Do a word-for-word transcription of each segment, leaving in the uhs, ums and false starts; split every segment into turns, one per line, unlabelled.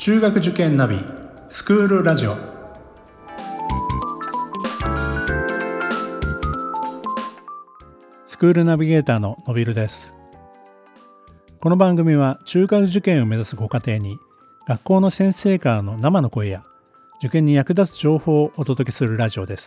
中学受験ナビスクールラジオ。スクールナビゲーターののびるです。この番組は中学受験を目指すご家庭に学校の先生からの生の声や受験に役立つ情報をお届けするラジオです。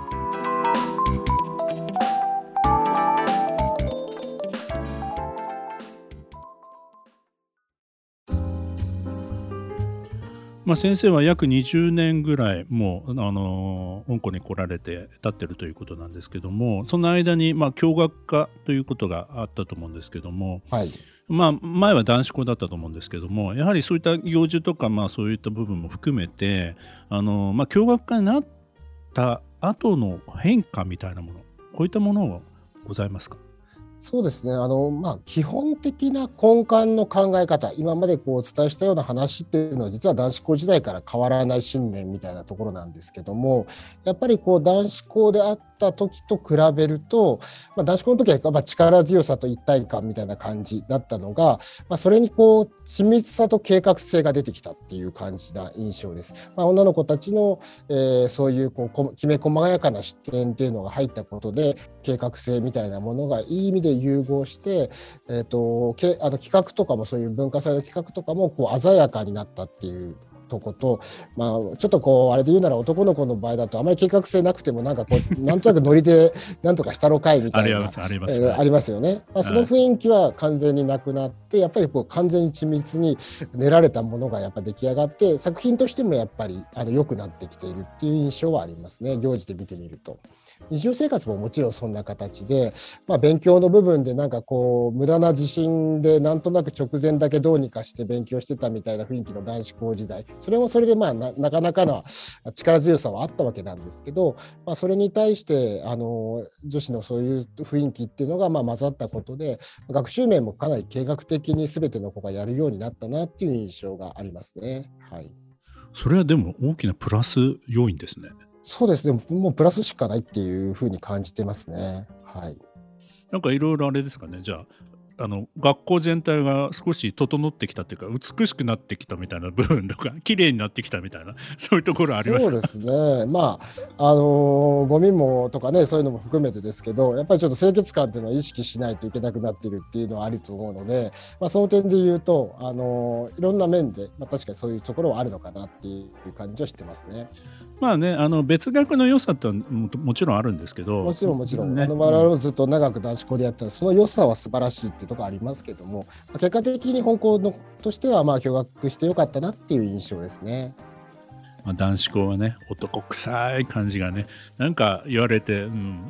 まあ、先生は約にじゅうねんぐらいもう、あのー、温故に来られて経ってるということなんですけども、その間に、まあ、共学科ということがあったと思うんですけども、
はい、
まあ、前は男子校だったと思うんですけども、やはりそういった行事とか、まあ、そういった部分も含めて、あのーまあ、共学科になった後の変化みたいなもの、こういったものはございますか？
そうですね。あの、まあ、基本的な根幹の考え方、今までこうお伝えしたような話っていうのは、実は男子校時代から変わらない信念みたいなところなんですけども、やっぱりこう男子校であった時と比べると、まあ、男子校の時はやっぱ力強さと一体感みたいな感じだったのが、まあ、それにこう緻密さと計画性が出てきたっていう感じな印象です。まあ、女の子たちの、えー、そういうこうきめ細やかな視点っていうのが入ったことで、計画性みたいなものがいい意味で融合して、えーと、けあの企画とかもそういう文化祭の企画とかもこう鮮やかになったっていうとこと、まあ、ちょっとこうあれで言うなら男の子の場合だとあまり計画性なくてもなんかこうなんとなくノリでなんとかしたろかいみたいな
ありますあります、
えー
はい、
ありますよね。まあ、その雰囲気は完全になくなってやっぱりこう完全に緻密に練られたものがやっぱ出来上がって作品としてもやっぱりあの良くなってきているっていう印象はありますね。行事で見てみると。日常生活ももちろんそんな形で、まあ、勉強の部分でなんかこう無駄な自信でなんとなく直前だけどうにかして勉強してたみたいな雰囲気の男子校時代、それもそれでまあ な, なかなかの力強さはあったわけなんですけど、まあ、それに対してあの女子のそういう雰囲気っていうのがまあ混ざったことで学習面もかなり計画的に全ての子がやるようになったなっていう印象がありますね。はい、
それはでも大きなプラス要因ですね。
そうですね。もうプラスしかないっていうふうに感じてますね。はい。
なんかいろいろあれですかね。じゃあ、あの学校全体が少し整ってきたっていうか美しくなってきたみたいな部分とか綺麗になってきたみたいなそういうところありますか？
そうですね。まああのー、ゴミもとかねそういうのも含めてですけど、やっぱりちょっと清潔感っていうのは意識しないといけなくなっているっていうのはあると思うので、まあ、その点で言うと、あのー、いろんな面で、まあ、確かにそういうところはあるのかなっていう感じはしてますね。
まあね、あの別学の良さってももちろんあるんですけど、
もちろんもちろん、
ね、
あの我々もずっと長く男子校でやったらその良さは素晴らしいっていうところありますけども、結果的に本校のとしてはまあ共学してよかったなっていう印象ですね。
まあ、男子校はね男臭い感じがねなんか言われて、うん、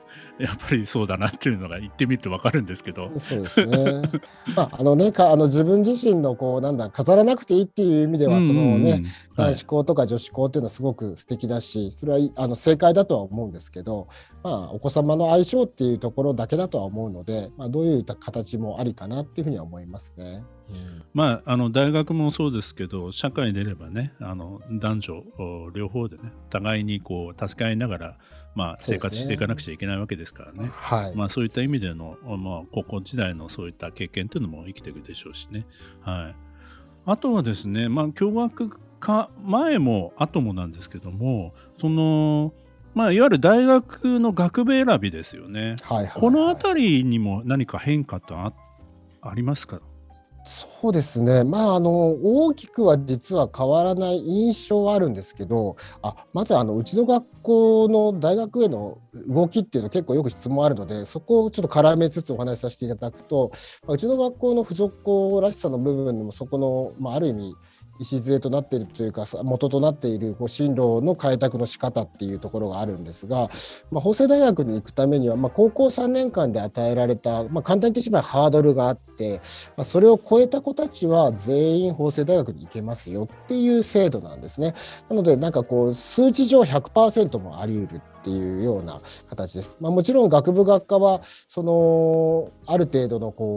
やっぱりそうだなっていうのが言ってみると分かるんですけど。
そうですね。まああのねかあの自分自身のこうなんだ飾らなくていいっていう意味では、そのね男子校とか女子校っていうのはすごく素敵だし、それはあの正解だとは思うんですけど、まあお子様の相性っていうところだけだとは思うので、まあ、どういった形もありかなっていうふうには思いますね。
うん、まあ、あの大学もそうですけど社会に出ればねあの男女両方でね互いにこう助け合いながら、まあ、生活していかなくちゃいけないわけですからね。
はい、
まあ、そういった意味での、まあ、高校時代のそういった経験というのも生きていくでしょうしね。はい、あとはですね、まあ、共学科前も後もなんですけどもそのまあ、いわゆる大学の学部選びですよね。
はいはいはい、
このあたりにも何か変化って あ, ありますか？
そうですね、まあ、あの大きくは実は変わらない印象はあるんですけど、あまずあのうちの学校の大学への動きっていうの結構よく質問あるので、そこをちょっと絡めつつお話しさせていただくと、うちの学校の付属校らしさの部分でもそこの、まあ、ある意味礎となっているというか元となっている進路の開拓の仕方っていうところがあるんですが、まあ、法政大学に行くためには、まあ、高校さんねんかんで与えられた、まあ、簡単に言ってしまえばハードルがあって、まあ、それを超えた子たちは全員法政大学に行けますよっていう制度なんですね。なのでなんかこう数値上 ひゃくパーセント もあり得るっていうような形です。まあ、もちろん学部学科はそのある程度のこう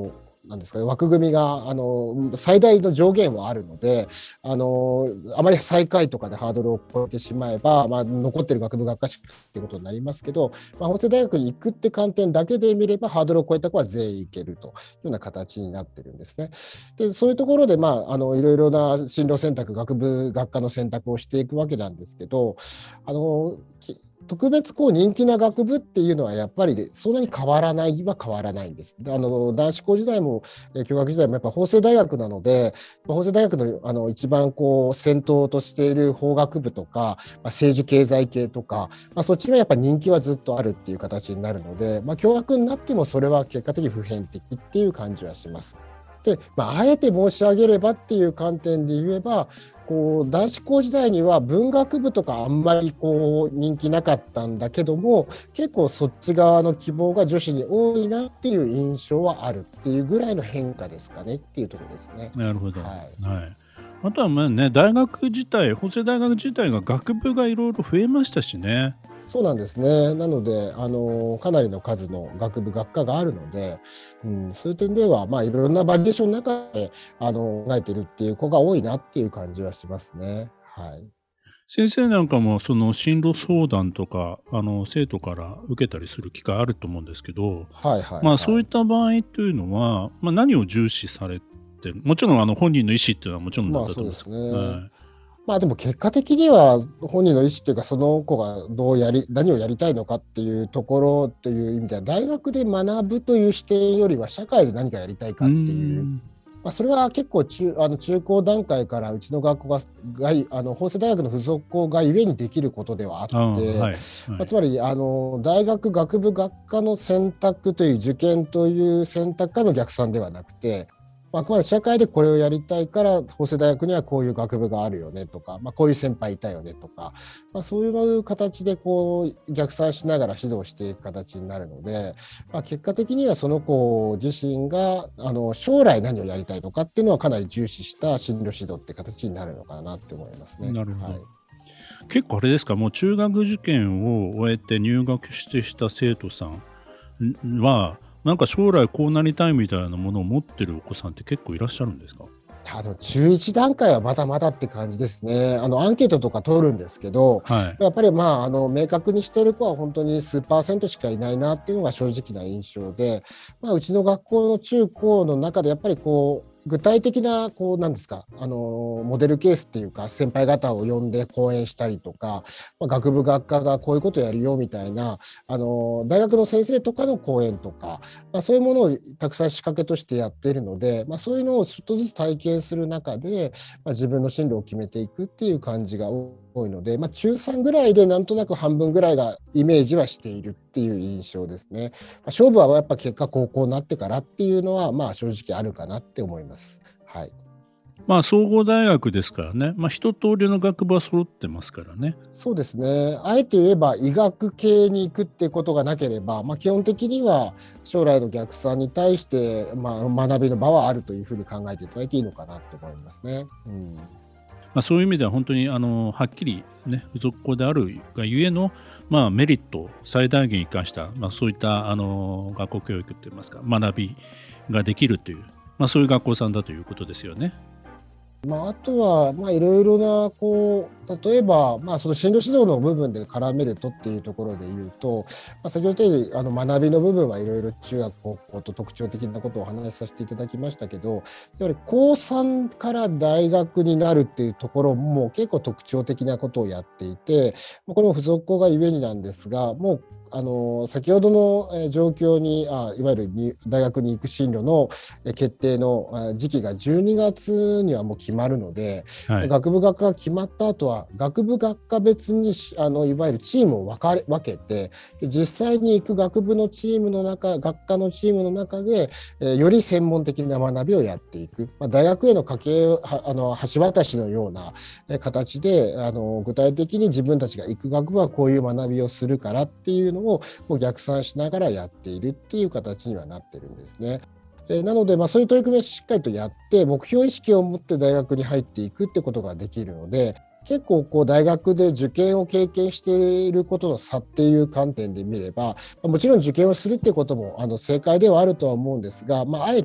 なんですかね、枠組みがあの最大の上限はあるので、あのあまり最下位とかでハードルを超えてしまえば、まあ、残っている学部学科しかっていうことになりますけど、まあ、法政大学に行くって観点だけで見ればハードルを超えた子は全員行けるというような形になってるんですね。でそういうところで、まあ、あのいろいろな進路選択、学部学科の選択をしていくわけなんですけど、あの特別こう人気な学部っていうのはやっぱりそんなに変わらないは変わらないんです。あの男子校時代も共学時代もやっぱ法政大学なので、法政大学の、あの一番こう先頭としている法学部とか、まあ、政治経済系とか、まあ、そっちはやっぱ人気はずっとあるっていう形になるので、まあ、共学になってもそれは結果的に普遍的っていう感じはします。で、まあ、あえて申し上げればっていう観点で言えば、こう男子校時代には文学部とかあんまりこう人気なかったんだけども、結構そっち側の希望が女子に多いなっていう印象はあるっていうぐらいの変化ですかねっていうところですね。
なるほど、
はい、
はい、あとはまあね、大学自体、法政大学自体が学部がいろいろ増えましたしね。
そうなんですね。なので、あのかなりの数の学部学科があるので、うん、そういう点では、まあ、いろいろなバリエーションの中であの考えているっていう子が多いなっていう感じはしますね。はい、
先生なんかもその進路相談とかあの生徒から受けたりする機会あると思うんですけど、
はいはい
まあ、そういっ
はい。
た場合というのは、まあ、何を重視されて、もちろんあの本人の意思っていうのはもちろんなん
まあ
だと思うんですけ
そうですね。
ど、はい、
まあでも結果的には本人の意思っていうか、その子がどうやり何をやりたいのかっていうところという意味では、大学で学ぶという視点よりは社会で何かやりたい
うー
かっていう、
ん
まあ、それは結構 中, あの中高段階からうちの学校ががあの法政大学の付属校がゆえにできることではあ
ああ、
って、
はい、
まあ、
はい、
つまりあの大学学部学科の選択という受験という選択科の逆算ではなくて、まあ、あくまで社会でこれをやりたいから法政大学にはこういう学部があるよねとか、まあ、こういう先輩いたよねとか、まあ、そういう形でこう逆算しながら指導していく形になるので、まあ、結果的にはその子自身があの将来何をやりたいのかっていうのはかなり重視した進路指導って形になるのかなって思いますね。
なるほど、
はい、
結構あれですか、もう中学受験を終えて入学してした生徒さんはなんか将来こうなりたいみたいなものを持ってるお子さんって結構いらっしゃるんですか？
あの中いち段階はまだまだって感じですね。あのアンケートとか取るんですけど、
はい、
やっぱりまああの明確にしている子は本当に数パーセントしかいないなっていうのが正直な印象で、まあ、うちの学校の中高の中でやっぱりこう具体的なこうなんですか、あのモデルケースっていうか先輩方を呼んで講演したりとか、まあ、学部学科がこういうことやるよみたいなあの大学の先生とかの講演とか、まあ、そういうものをたくさん仕掛けとしてやっているので、まあ、そういうのをちょっとずつ体験する中で、まあ、自分の進路を決めていくっていう感じが多いので、まあ、中さんぐらいでなんとなく半分ぐらいがイメージはしているっていう印象ですね。まあ、勝負はやっぱ結果高校になってからっていうのはまあ正直あるかなって思います。はい、
まあ総合大学ですからね、まあ、一通りの学部は揃ってますからね。
そうですね。あえて言えば医学系に行くってことがなければ、まあ、基本的には将来の逆算に対して、まあ、学びの場はあるというふうに考えていただいていいのかなと思いますね。うん、
まあ、そういう意味では本当にあのはっきり、ね、付属校であるがゆえの、まあ、メリットを最大限生かした、まあ、そういったあの学校教育といいますか学びができるという、まあ、そういう学校さんだということですよね。
まあ、あとは、まあ、いろいろな、こう、例えば、まあ、その進路指導の部分で絡めるとっていうところで言うと、まあ、先ほど言ったように、あの、学びの部分はいろいろ中学、高校と特徴的なことをお話しさせていただきましたけど、やはり高さんから大学になるっていうところも結構特徴的なことをやっていて、これも付属校がゆえになんですが、もう、あの先ほどの状況にあいわゆる大学に行く進路の決定の時期がじゅうにがつにはもう決まるので、
はい、
学部学科が決まった後は学部学科別にあのいわゆるチームを分かれ分けて、実際に行く学部のチームの中学科のチームの中で、えより専門的な学びをやっていく、まあ、大学への家計あの橋渡しのような形であの具体的に自分たちが行く学部はこういう学びをするからっていうのをもう逆算しながらやっているっていう形にはなってるんですね。なので、まあ、そういう取り組みをしっかりとやって目標意識を持って大学に入っていくってことができるので、結構こう大学で受験を経験していることの差っていう観点で見れば、もちろん受験をするってこともあの正解ではあるとは思うんですが、まあ、あえて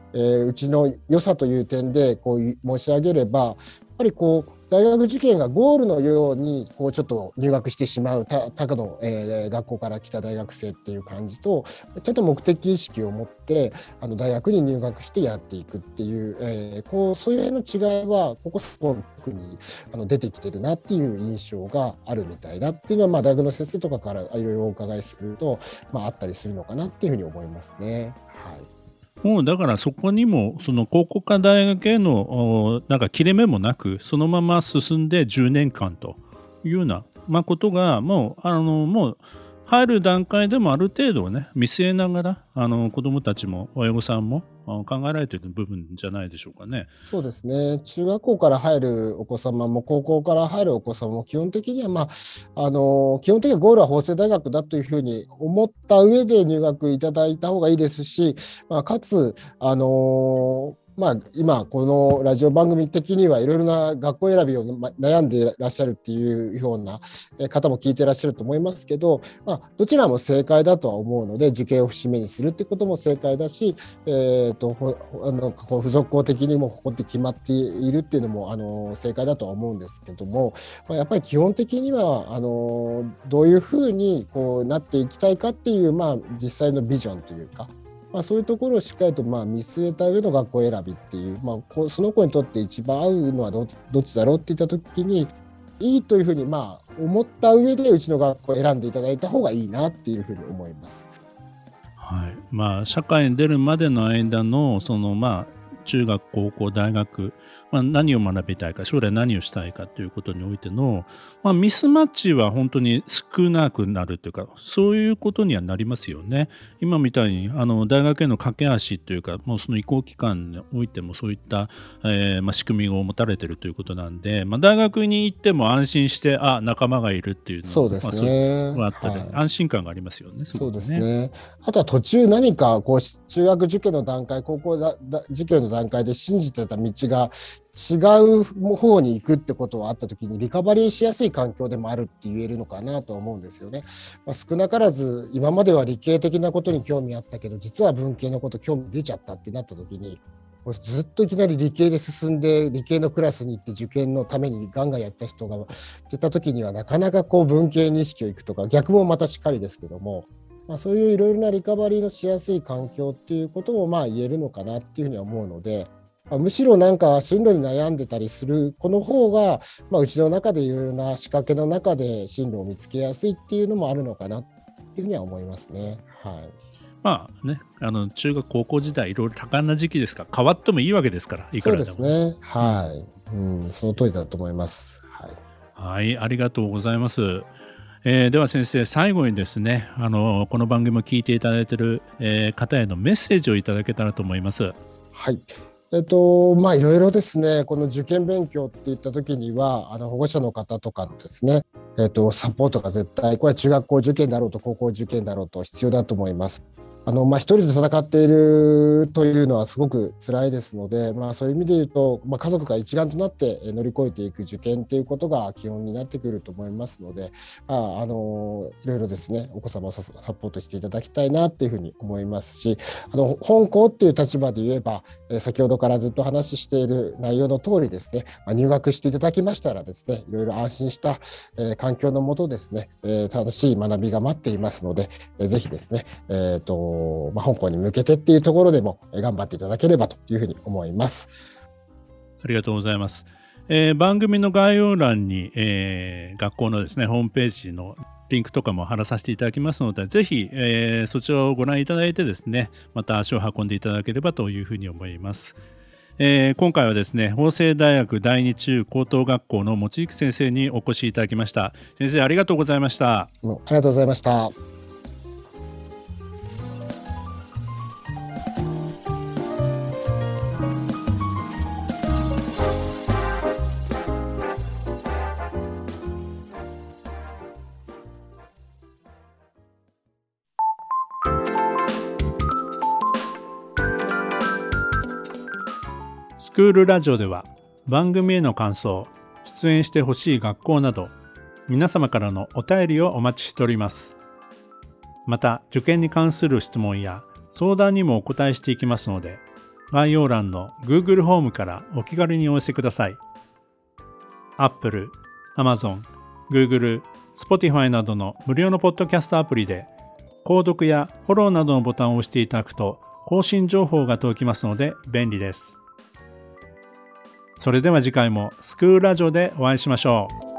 えー、うちの良さという点でこう申し上げれば、やっぱりこう大学受験がゴールのようにこうちょっと入学してしまう他他の、えー、学校から来た大学生っていう感じと、ちゃんと目的意識を持ってあの大学に入学してやっていくっていう、えー、こうそういう辺の違いはここすごく特にあの出てきてるなっていう印象があるみたいだっていうのは、まあ、大学の先生とかからいろいろお伺いすると、まあ、あったりするのかなっていうふうに思いますね。はい。
もうだからそこにもその高校か大学へのなんか切れ目もなく、そのまま進んでじゅうねんかんというような、まあ、ことがもうあのもう入る段階でもある程度ね見据えながら、あの子どもたちも親御さんも考えられている部分じゃないでしょうかね。
そうですね。中学校から入るお子様も高校から入るお子様も基本的には、まあ、あの基本的にはゴールは法政大学だというふうに思った上で入学いただいた方がいいですし、まあ、かつあのまあ、今このラジオ番組的にはいろいろな学校選びを悩んでいらっしゃるっていうような方も聞いていらっしゃると思いますけど、まあ、どちらも正解だとは思うので、受験を節目にするってことも正解だし、えー、とあのこう付属校的にもここって決まっているっていうのもあの正解だとは思うんですけども、まあ、やっぱり基本的にはあのどういうふうにこうなっていきたいかっていう、まあ、実際のビジョンというか、まあ、そういうところをしっかりとまあ見据えた上の学校選びっていう、まあ、こうその子にとって一番合うのは ど, どっちだろうって言った時にいいというふうにまあ思った上でうちの学校を選んでいただいた方がいいなっていうふうに思います。
はい。まあ社会に出るまでの間のそのまあ中学高校大学、まあ、何を学びたいか将来何をしたいかということにおいての、まあ、ミスマッチは本当に少なくなるというか、そういうことにはなりますよね。今みたいにあの大学への架け橋というか、もうその移行期間においてもそういった、えーまあ、仕組みを持たれているということなんで、まあ、大学に行っても安心してあ仲間がいるっていうの
そうですね、
まあ、そうあったり、はい、安心感がありますよね。
そうですね。あとは途中何かこう中学受験の段階、高校だだ受験の段階で信じてた道が違う方に行くってことはあったときにリカバリーしやすい環境でもあるって言えるのかなと思うんですよね。まあ、少なからず今までは理系的なことに興味あったけど実は文系のこと興味出ちゃったってなったときに、ずっといきなり理系で進んで理系のクラスに行って受験のためにガンガンやった人が出たときにはなかなかこう文系に意識をいくとか、逆もまたしっかりですけども、まあ、そういういろいろなリカバリーのしやすい環境っていうこともまあ言えるのかなっていうふうには思うので、まあ、むしろなんか進路に悩んでたりするこの方が、まあ、うちの中でいろいろな仕掛けの中で進路を見つけやすいっていうのもあるのかなっていうふうには思いますね。はい。
まあね、あの中学高校時代いろいろ多感な時期ですから変わってもいいわけですから、いくらでも。
そうですね。はい、うん、その通りだと思います。はい、
はい、ありがとうございます。えー、では先生、最後にですね、あのこの番組を聞いていただいている、えー、方へのメッセージをいただけたらと思います。
はい。えっとまあ、いろいろですね、この受験勉強っていったときにはあの保護者の方とかですね、えっと、サポートが絶対これは中学校受験だろうと高校受験だろうと必要だと思います。あのまあ、一人で戦っているというのはすごく辛いですので、まあ、そういう意味で言うと、まあ、家族が一丸となって乗り越えていく受験ということが基本になってくると思いますので、ああのいろいろですねお子様をサポートしていただきたいなっていうふうに思いますし、あの本校っていう立場で言えば、え先ほどからずっと話している内容の通りですね、まあ、入学していただきましたらですね、いろいろ安心した、えー、環境のもとですね、えー、楽しい学びが待っていますので、えー、ぜひですね、えーとまあ、本校に向けてっていうところでも頑張っていただければというふうに思います。
ありがとうございます。えー、番組の概要欄に、えー、学校のですねホームページのリンクとかも貼らさせていただきますので、ぜひ、えー、そちらをご覧いただいてですね、また足を運んでいただければというふうに思います。えー、今回はですね法政大学第二中高等学校の望月先生にお越しいただきました。先生、ありがとうございました。
ありがとうございました。
スクールラジオでは番組への感想、出演してほしい学校など皆様からのお便りをお待ちしております。また受験に関する質問や相談にもお答えしていきますので、 概要欄の Google ホームからお気軽にお寄せください。Apple、Amazon、Google、Spotify などの無料のポッドキャストアプリで購読やフォローなどのボタンを押していただくと更新情報が届きますので便利です。それでは次回もスクールラジオでお会いしましょう。